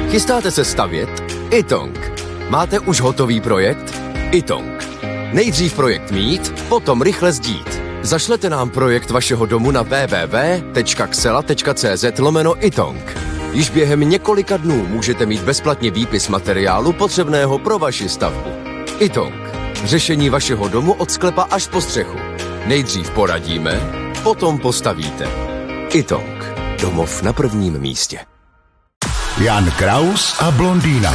Chystáte se stavět? iTong. Máte už hotový projekt? iTong. Nejdřív projekt mít, potom rychle sdít. Zašlete nám projekt vašeho domu na www.xela.cz/iTong. Již během několika dnů můžete mít bezplatně výpis materiálu potřebného pro vaši stavbu. iTong. Řešení vašeho domu od sklepa až po střechu. Nejdřív poradíme, potom postavíte. iTong. Domov na prvním místě. Jan Kraus a blondýna.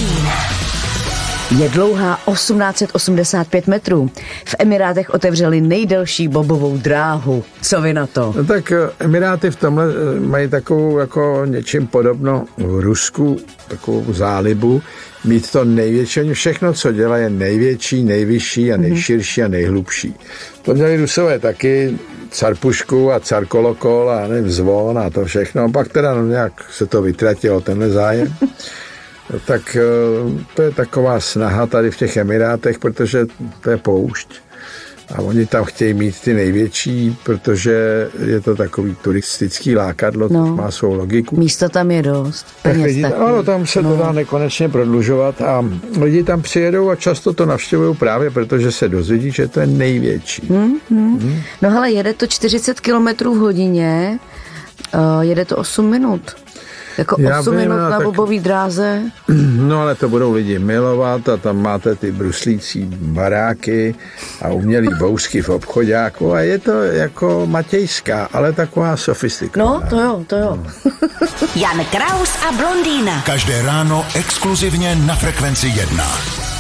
Je dlouhá 1885 metrů. V Emirátech otevřeli nejdelší bobovou dráhu. Co vy na to? No tak Emiráty v tomhle mají takovou jako něčím podobnou v Rusku, takovou zálibu, mít to největší. Oni všechno, co dělá, je největší, nejvyšší a nejširší a nejhlubší. To měli Rusové taky, carpušku a carkolokol a nevím, zvon a to všechno. A pak teda nějak se to vytratilo, tenhle zájem. Tak to je taková snaha tady v těch Emirátech, protože to je poušť. A oni tam chtějí mít ty největší, protože je to takový turistický lákadlo, to má svou logiku. Místo tam je dost. Ano, tam se to dá nekonečně prodlužovat a lidi tam přijedou a často to navštěvují právě, protože se dozvědí, že to je největší. No hele, jede to 40 km v hodině, jede to 8 minut. Jako 8 minut na bobový dráze. No ale to budou lidi milovat a tam máte ty bruslící baráky a umělý bouřky v obchoďáku a je to jako matějská, ale taková sofistikovaná. No, to jo. Jan Kraus a blondýna. Každé ráno exkluzivně na Frekvenci 1.